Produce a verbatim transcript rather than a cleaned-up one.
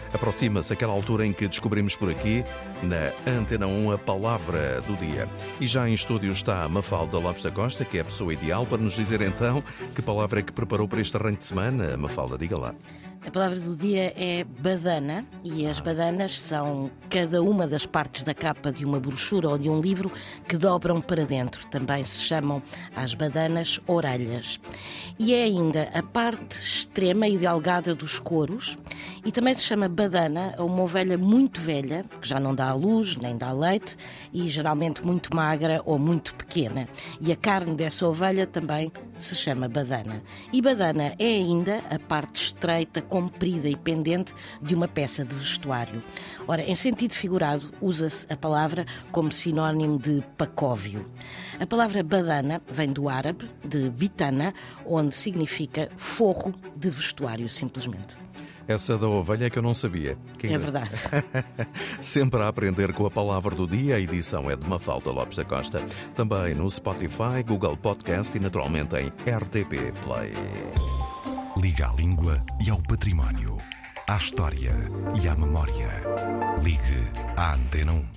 Aproxima-se aquela altura em que descobrimos por aqui, na Antena um, a palavra do dia. E já em estúdio está a Mafalda Lopes da Costa, que é a pessoa ideal para nos dizer então que palavra é que preparou para este arranque de semana. Mafalda, diga lá. A palavra do dia é badana, e as badanas são cada uma das partes da capa de uma brochura ou de um livro que dobram para dentro. Também se chamam as badanas orelhas. E é ainda a parte extrema e delgada dos couros, e também se chama badana a uma ovelha muito velha, que já não dá à luz, nem dá leite, e geralmente muito magra ou muito pequena. E a carne dessa ovelha também se chama badana. E badana é ainda a parte estreita, comprida e pendente de uma peça de vestuário. Ora, em sentido figurado, usa-se a palavra como sinónimo de pacóvio. A palavra badana vem do árabe, de bitana, onde significa forro de vestuário, simplesmente. Essa da ovelha é que eu não sabia. Que é verdade. Sempre a aprender com a palavra do dia. A edição é de Mafalda Lopes da Costa. Também no Spotify, Google Podcast e naturalmente em R T P Play. Liga à língua e ao património, à história e à memória. Ligue à Antena um.